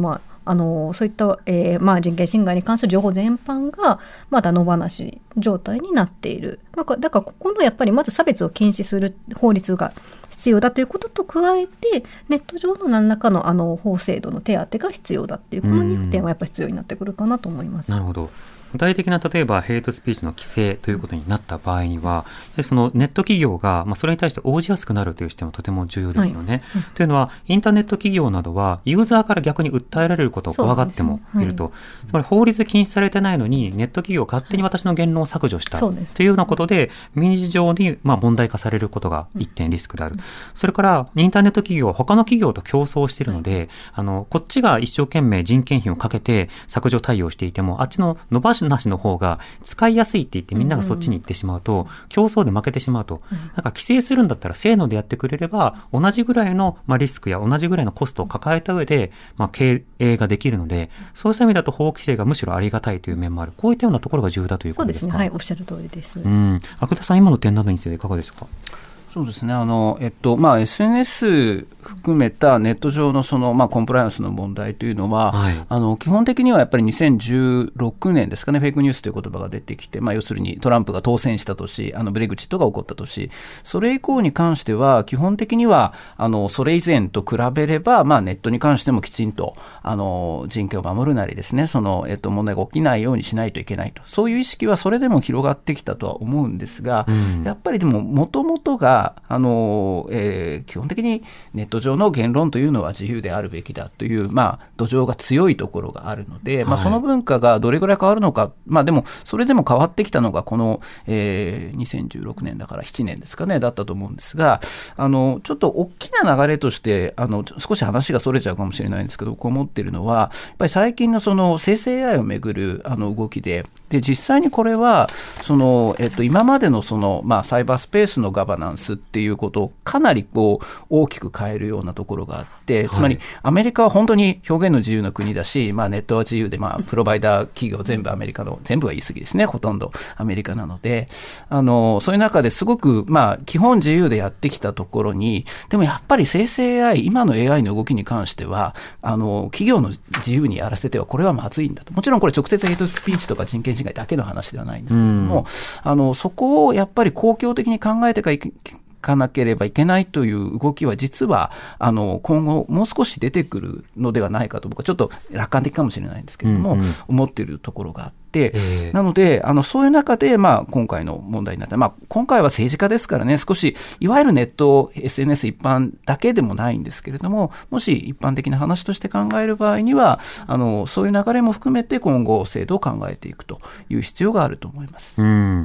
あのそういった、えーまあ、人権侵害に関する情報全般がまだ野放し状態になっている。だからここのやっぱりまず差別を禁止する法律が必要だということと加えて、ネット上の何らかのあの法制度の手当が必要だっていう、このにてんはやっぱり必要になってくるかなと思います。 なるほど。具体的な例えばヘイトスピーチの規制ということになった場合には、そのネット企業が、まあ、それに対して応じやすくなるという視点はとても重要ですよね、はい、というのはインターネット企業などはユーザーから逆に訴えられることを怖がってもいると、はい、つまり法律で禁止されてないのにネット企業が勝手に私の言論を削除した、はい、というようなことで民事上にまあ問題化されることが一点リスクである、うん、それからインターネット企業は他の企業と競争しているので、はい、あのこっちが一生懸命人件費をかけて削除対応していてもあっちの伸ばしなしの方が使いやすいって言ってみんながそっちに行ってしまうと、うん、競争で負けてしまうと、うん、なんか規制するんだったらせーのでやってくれれば同じぐらいの、まあ、リスクや同じぐらいのコストを抱えた上で、まあ、経営ができるので、そうした意味だと法規制がむしろありがたいという面もある。こういったようなところが重要だということですか。 そうですね、はい、おっしゃる通りです。 うん、阿久田さん、今の点などについていかがですか。 そうですね、あの、えっとまあ、エスエヌエス 含めたネット上のその、まあ、コンプライアンスの問題というのは、はい、あの基本的にはやっぱりにせんじゅうろくねんですかね、フェイクニュースという言葉が出てきて、まあ、要するにトランプが当選した年、あのブレグジットが起こった年、それ以降に関しては基本的にはあのそれ以前と比べれば、まあ、ネットに関してもきちんとあの人権を守るなりですね、その、えっと、問題が起きないようにしないといけないと、そういう意識はそれでも広がってきたとは思うんですが、うん、やっぱりでも元々があのえー、基本的にネット上の言論というのは自由であるべきだという、まあ、土壌が強いところがあるので、はい、まあ、その文化がどれぐらい変わるのか、まあ、でもそれでも変わってきたのがこの、えー、にせんじゅうろくねんだからななねんですかね、だったと思うんですが、あのちょっと大きな流れとしてあの少し話がそれちゃうかもしれないんですけど、こう思っているのはやっぱり最近のその生成 エーアイ をめぐるあの動きで、で実際にこれはその、えっと、今までのその、まあ、サイバースペースのガバナンスっていうことをかなりこう大きく変えるようなところがあって、つまりアメリカは本当に表現の自由の国だし、まあ、ネットは自由で、まあ、プロバイダー企業全部アメリカの、全部は言い過ぎですね、ほとんどアメリカなので、あのそういう中ですごく、まあ、基本自由でやってきたところに、でもやっぱり生成 エーアイ、今の エーアイ の動きに関してはあの企業の自由にやらせてはこれはまずいんだと。もちろんこれ直接ヘイトスピーチとか人権侵害だけの話ではないんですけれども、あのそこをやっぱり公共的に考えていかなければいけないという動きは実はあの今後もう少し出てくるのではないかと、僕はちょっと楽観的かもしれないんですけれども、うんうん、思っているところがあって、えー、なのであのそういう中で、まあ、今回の問題になった、まあ、今回は政治家ですからね、少しいわゆるネット エスエヌエス 一般だけでもないんですけれども、もし一般的な話として考える場合にはあのそういう流れも含めて今後制度を考えていくという必要があると思います。 うん、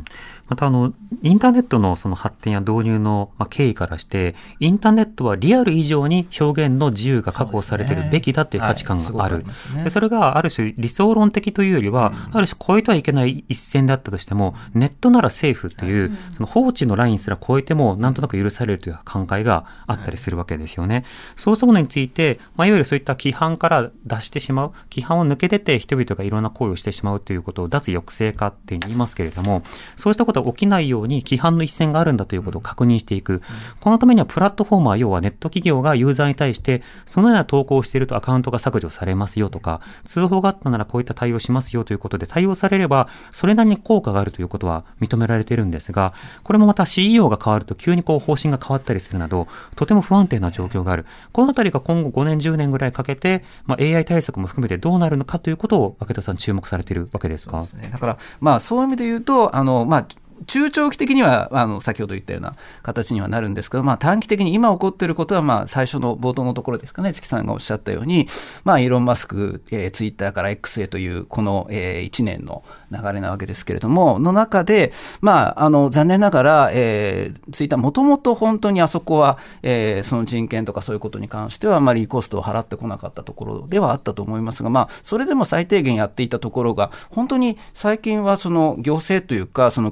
またあのインターネットのその発展や導入のまあ経緯からして、インターネットはリアル以上に表現の自由が確保されているべきだという価値観がある。でそれがある種理想論的というよりは、うん、ある種超えてはいけない一線だったとしても、ネットならセーフという、うん、その法治のラインすら超えてもなんとなく許されるという考えがあったりするわけですよね。はい、そうしたものについて、まあ、いわゆるそういった規範から出してしまう、規範を抜け出て人々がいろんな行為をしてしまうということを脱抑制化って言いますけれども、そうしたことが起きないように規範の一線があるんだということを確認していく。うん、このためにはプラットフォーマー、要はネット企業がユーザーに対してそのような投稿をしているとアカウントが削除されますよとか、通報があったならこういった対応しますよということで対応されればそれなりに効果があるということは認められているんですが、これもまた シーイーオー が変わると急にこう方針が変わったりするなどとても不安定な状況がある。このあたりが今後ごねんじゅうねんぐらいかけて、まあ、エーアイ 対策も含めてどうなるのかということを明田さん注目されているわけですか。 そうですね、だから、まあ、そういう意味で言うとあの、まあ中長期的にはあの先ほど言ったような形にはなるんですけど、まあ、短期的に今起こっていることは、まあ、最初の冒頭のところですかね、チキさんがおっしゃったように、まあ、イーロン・マスク、えー、ツイッターから X へというこの、えー、いちねんの流れなわけですけれども、の中で、まあ、あの残念ながら、えー、ツイッターもともと本当にあそこは、えー、その人権とかそういうことに関してはあまりコストを払ってこなかったところではあったと思いますが、まあ、それでも最低限やっていたところが本当に最近はその行政というかその国が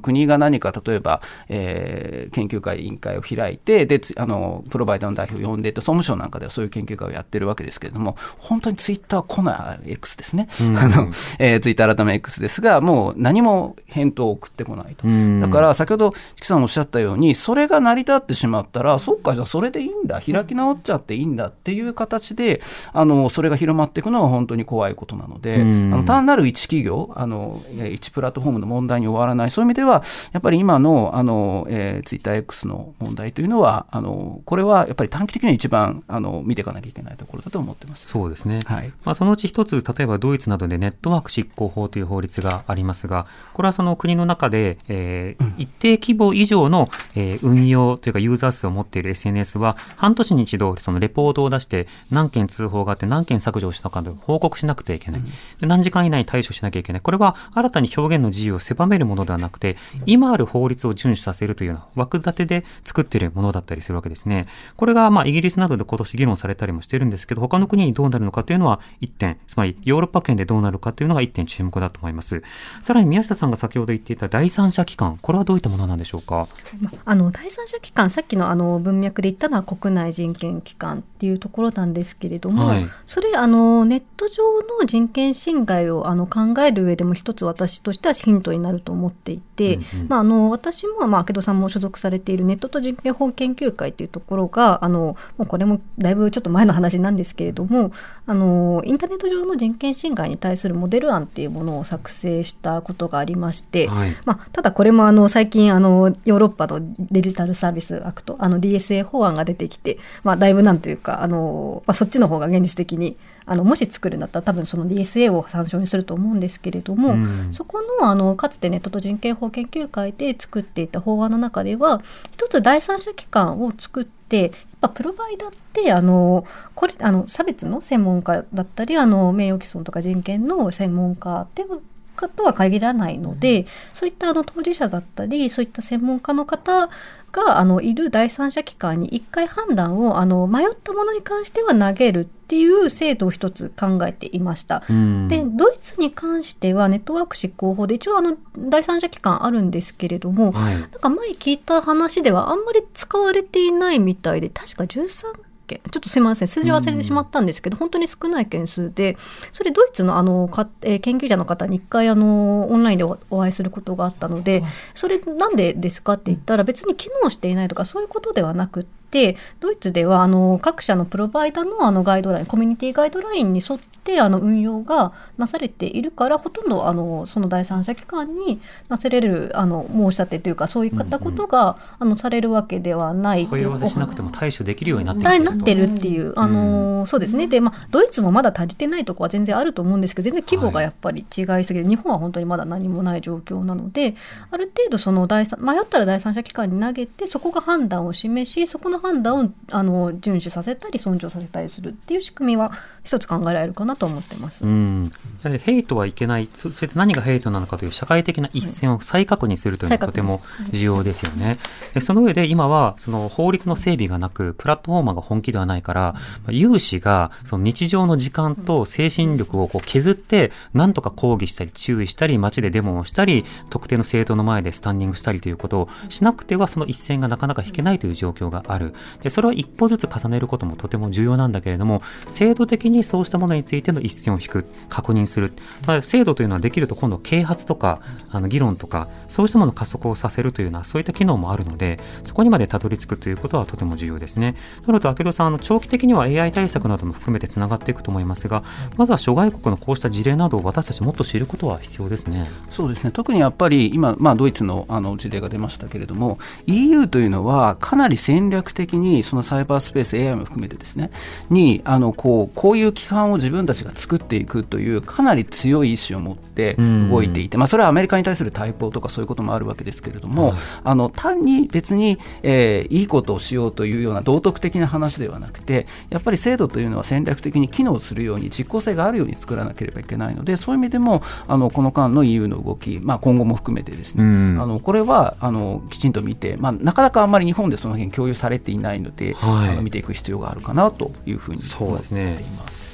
何か例えば、えー、研究会委員会を開いてであのプロバイダーの代表を呼んで総務省なんかではそういう研究会をやってるわけですけれども、本当にツイッターは来ない X ですね、うんあのえー、ツイッター改め X ですが、もう何も返答を送ってこないと、うん、だから先ほどチキさんおっしゃったように、それが成り立ってしまったら、そっかじゃあそれでいいんだ、開き直っちゃっていいんだっていう形であのそれが広まっていくのは本当に怖いことなので、うん、あの単なる一企業あの一プラットフォームの問題に終わらない、そういう意味ではやっぱり今のあの、えー、ツイッター X の問題というのはあのこれはやっぱり短期的には一番あの見ていかなきゃいけないところだと思ってます。 そうですね、 はいまあ、そのうち一つ、例えばドイツなどでネットワーク執行法という法律がありますが、これはその国の中で、えー、一定規模以上の、えー、運用というかユーザー数を持っている エスエヌエス は半年に一度そのレポートを出して何件通報があって何件削除をしたかと報告しなくてはいけない、で何時間以内に対処しなきゃいけない。これは新たに表現の自由を狭めるものではなくて、今ある法律を遵守させるというような枠立てで作っているものだったりするわけですね。これがまあイギリスなどで今年議論されたりもしているんですけど、他の国にどうなるのかというのは一点、つまりヨーロッパ圏でどうなるかというのが一点注目だと思います。さらに宮下さんが先ほど言っていた第三者機関、これはどういったものなんでしょうか。 あの第三者機関、さっきのあの文脈で言ったのは国内人権機関っていうところなんですけれども、はい、それあのネット上の人権侵害をあの考える上でも一つ私としてはヒントになると思っていて、うんうんまあ、あの私も、まあ、明戸さんも所属されているネットと人権法研究会というところがあのもうこれもだいぶちょっと前の話なんですけれども、あのインターネット上の人権侵害に対するモデル案っていうものを作成したことがありまして、はいまあ、ただこれもあの最近あのヨーロッパのデジタルサービスアクトあの ディーエスエー 法案が出てきて、まあ、だいぶなんというかあの、まあ、そっちの方が現実的にあのもし作るんだったら多分その ディーエスエー を参照にすると思うんですけれども、うん、そこ の, あのかつてネットと人権法研究会で作っていた法案の中では一つ第三者機関を作ってやっぱプロバイダーってあのこれあの差別の専門家だったりあの名誉毀損とか人権の専門家ってとは限らないので、うん、そういったあの当事者だったりそういった専門家の方があのいる第三者機関に一回判断をあの迷ったものに関しては投げるっていう制度を一つ考えていました、うん、でドイツに関してはネットワーク執行法で一応あの第三者機関あるんですけれども、はい、なんか前聞いた話ではあんまり使われていないみたいで、確かじゅうさんちょっとすみません数字忘れてしまったんですけど、うん、本当に少ない件数で、それドイツの、あのか、えー、研究者の方に一回あのオンラインで お, お会いすることがあったので、うん、それなんでですかって言ったら別に機能していないとかそういうことではなくて、ドイツではあの各社のプロバイダー の, あのガイドラインコミュニティガイドラインに沿ってあの運用がなされているから、ほとんどあのその第三者機関になせれるあの申し立てというかそういったことが、うんうん、あのされるわけではないという、 問い合わせしなくても対処できるようになっているなってるっていう、あのうん、そうですね。で、まあ、ドイツもまだ足りてないところは全然あると思うんですけど、全然規模がやっぱり違いすぎて、はい、日本は本当にまだ何もない状況なので、ある程度その第三迷ったら第三者機関に投げてそこが判断を示し、そこの判断をあの遵守させたり尊重させたりするっていう仕組みは一つ考えられるかなと思ってます。 うん、やはりヘイトはいけない、それって何がヘイトなのかという社会的な一線を再確認するというのがとても重要ですよね。でその上で今はその法律の整備がなくプラットフォーマーが本気ではないから、有志がその日常の時間と精神力をこう削って何とか抗議したり注意したり街でデモをしたり特定の政党の前でスタンディングしたりということをしなくてはその一線がなかなか引けないという状況がある。でそれは一歩ずつ重ねることもとても重要なんだけれども、制度的にそうしたものについての一線を引く確認する、まあ、制度というのはできると今度啓発とかあの議論とかそうしたものを加速をさせるというようなそういった機能もあるので、そこにまでたどり着くということはとても重要ですね。なので明戸さん、あの長期的には エーアイ 対策なども含めてつながっていくと思いますが、まずは諸外国のこうした事例などを私たちもっと知ることは必要ですね。 そうですね。特にやっぱり今、まあ、ドイツ の, あの事例が出ましたけれども イーユー というのはかなり戦略的にそのサイバースペース エーアイ も含めてですねにあのこう、こういう規範を自分たちが作っていくというかなり強い意志を持って動いていて、まあ、それはアメリカに対する対抗とかそういうこともあるわけですけれども、はい、あの単に別に、えー、いいことをしようというような道徳的な話ではなくて、やっぱり制度というのは戦略的に機能するように実効性があるように作らなければいけないので、そういう意味でもあのこの間の イーユー の動き、まあ、今後も含めてですね、あのこれはあのきちんと見て、まあ、なかなかあんまり日本でその辺共有されていないので、はい、あの見ていく必要があるかなというふうに思っています。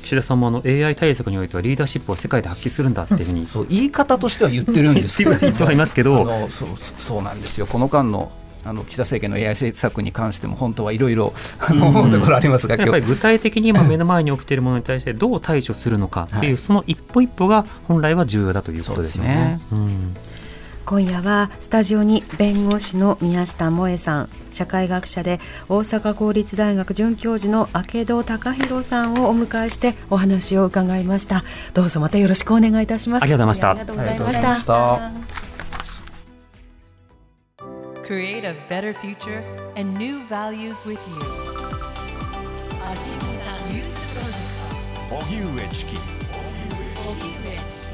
岸田さんもあの エーアイ 対策においてはリーダーシップを世界で発揮するんだっていうふうに、うん、 そう言い方としては言ってるんですけど言ってはいますけど、 あのそうそうなんですよ。この間のあの岸田政権の エーアイ 政策に関しても本当はいろいろ思うところありますが、 やっぱり具体的に今目の前に起きているものに対してどう対処するのかっていう、はい、その一歩一歩が本来は重要だということですよね。そうですね、うん、 今夜はスタジオに弁護士の宮下萌さん、社会学者で大阪公立大学准教授の明戸貴弘さんをお迎えしてお話を伺いました。どうぞまたよろしくお願いいたします。 ありがとうございました。 ありがとうございました。 Create a better future and new values with you. 荻上チキ。荻上チキ。